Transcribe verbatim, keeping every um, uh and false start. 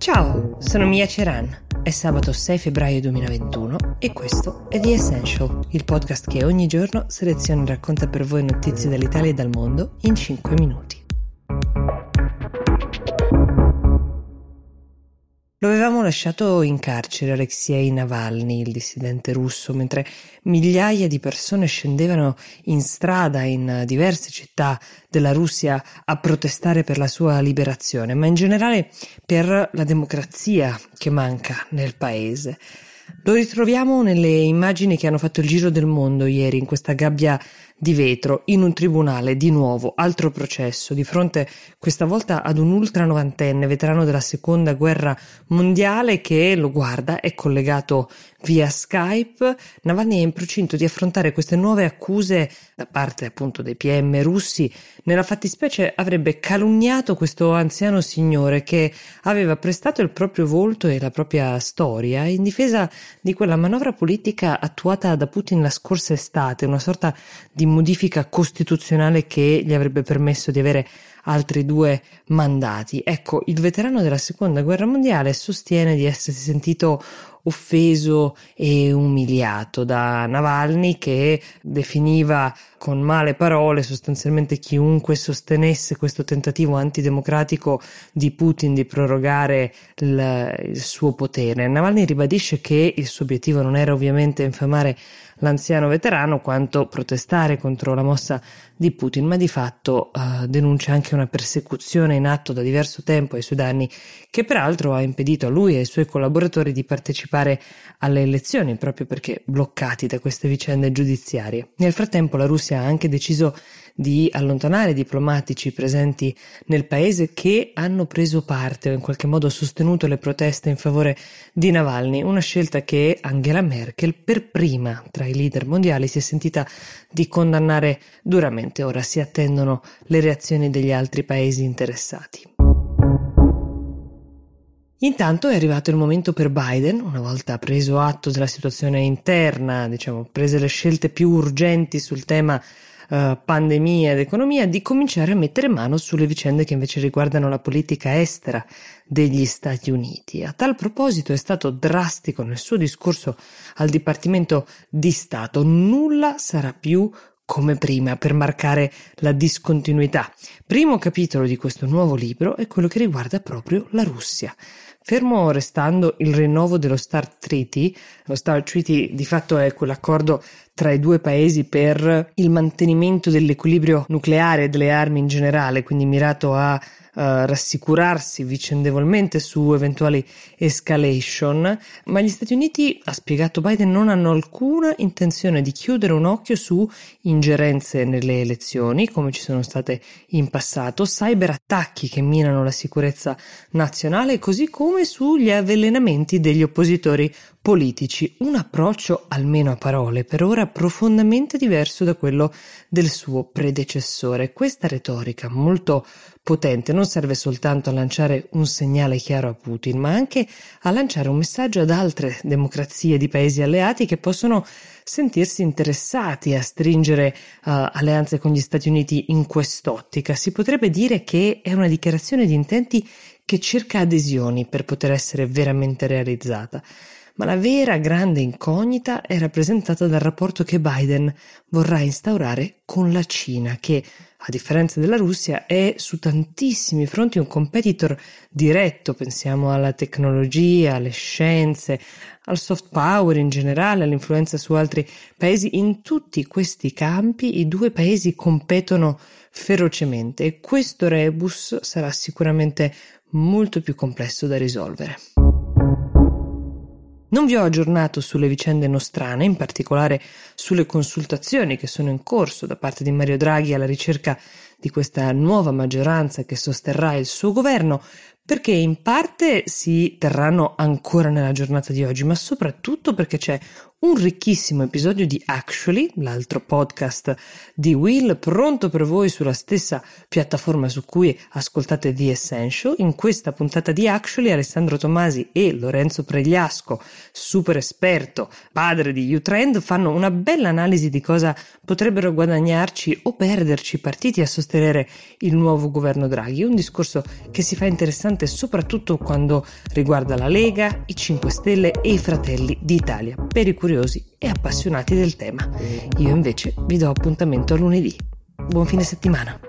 Ciao, sono Mia Ceran. È sabato sei febbraio duemilaventuno e questo è The Essential, il podcast che ogni giorno seleziona e racconta per voi notizie dall'Italia e dal mondo in cinque minuti. Lo avevamo lasciato in carcere Alexei Navalny, il dissidente russo, mentre migliaia di persone scendevano in strada in diverse città della Russia a protestare per la sua liberazione, ma in generale per la democrazia che manca nel paese. Lo ritroviamo nelle immagini che hanno fatto il giro del mondo ieri in questa gabbia di vetro, in un tribunale, di nuovo, altro processo, di fronte questa volta ad un ultranovantenne, veterano della seconda guerra mondiale che lo guarda, è collegato via Skype. Navalny è in procinto di affrontare queste nuove accuse da parte appunto dei P M russi. Nella fattispecie avrebbe calunniato questo anziano signore che aveva prestato il proprio volto e la propria storia in difesa di quella manovra politica attuata da Putin la scorsa estate, una sorta di modifica costituzionale che gli avrebbe permesso di avere altri due mandati. Ecco, il veterano della seconda guerra mondiale sostiene di essersi sentito offeso e umiliato da Navalny, che definiva con male parole sostanzialmente chiunque sostenesse questo tentativo antidemocratico di Putin di prorogare il, il suo potere. Navalny ribadisce che il suo obiettivo non era ovviamente infamare l'anziano veterano quanto protestare contro la mossa di Putin, ma di fatto uh, denuncia anche una persecuzione in atto da diverso tempo ai suoi danni, che peraltro ha impedito a lui e ai suoi collaboratori di partecipare alle elezioni proprio perché bloccati da queste vicende giudiziarie. Nel frattempo la Russia ha anche deciso di allontanare i diplomatici presenti nel paese che hanno preso parte o in qualche modo sostenuto le proteste in favore di Navalny, una scelta che Angela Merkel per prima tra i leader mondiali si è sentita di condannare duramente. Ora si attendono le reazioni degli altri paesi interessati. Intanto è arrivato il momento per Biden, una volta preso atto della situazione interna, diciamo, prese le scelte più urgenti sul tema Uh, pandemia ed economia, di cominciare a mettere mano sulle vicende che invece riguardano la politica estera degli Stati Uniti. A tal proposito è stato drastico nel suo discorso al Dipartimento di Stato: nulla sarà più come prima, per marcare la discontinuità. Primo capitolo di questo nuovo libro è quello che riguarda proprio la Russia. Fermo restando il rinnovo dello START Treaty, lo START Treaty di fatto è quell'accordo tra i due paesi per il mantenimento dell'equilibrio nucleare e delle armi in generale, quindi mirato a uh, rassicurarsi vicendevolmente su eventuali escalation, ma gli Stati Uniti, ha spiegato Biden, non hanno alcuna intenzione di chiudere un occhio su ingerenze nelle elezioni, come ci sono state in passato, cyberattacchi che minano la sicurezza nazionale, così come sugli avvelenamenti degli oppositori politici. Un approccio, almeno a parole, per ora profondamente diverso da quello del suo predecessore. Questa retorica molto potente non serve soltanto a lanciare un segnale chiaro a Putin, ma anche a lanciare un messaggio ad altre democrazie di paesi alleati che possono sentirsi interessati a stringere uh, alleanze con gli Stati Uniti in quest'ottica. Si potrebbe dire che è una dichiarazione di intenti che cerca adesioni per poter essere veramente realizzata. Ma la vera grande incognita è rappresentata dal rapporto che Biden vorrà instaurare con la Cina, che, a differenza della Russia, è su tantissimi fronti un competitor diretto. Pensiamo alla tecnologia, alle scienze, al soft power in generale, all'influenza su altri paesi. In tutti questi campi i due paesi competono ferocemente e questo rebus sarà sicuramente molto più complesso da risolvere. Non vi ho aggiornato sulle vicende nostrane, in particolare sulle consultazioni che sono in corso da parte di Mario Draghi alla ricerca di questa nuova maggioranza che sosterrà il suo governo, perché in parte si terranno ancora nella giornata di oggi, ma soprattutto perché c'è un ricchissimo episodio di Actually, l'altro podcast di Will, pronto per voi sulla stessa piattaforma su cui ascoltate The Essential. In questa puntata di Actually Alessandro Tomasi e Lorenzo Pregliasco, super esperto, padre di U-Trend, fanno una bella analisi di cosa potrebbero guadagnarci o perderci partiti a sostenere il nuovo governo Draghi. Un discorso che si fa interessante soprattutto quando riguarda la Lega, i cinque Stelle e i Fratelli d'Italia, per i curiosi e appassionati del tema. Io invece vi do appuntamento a lunedì. Buon fine settimana.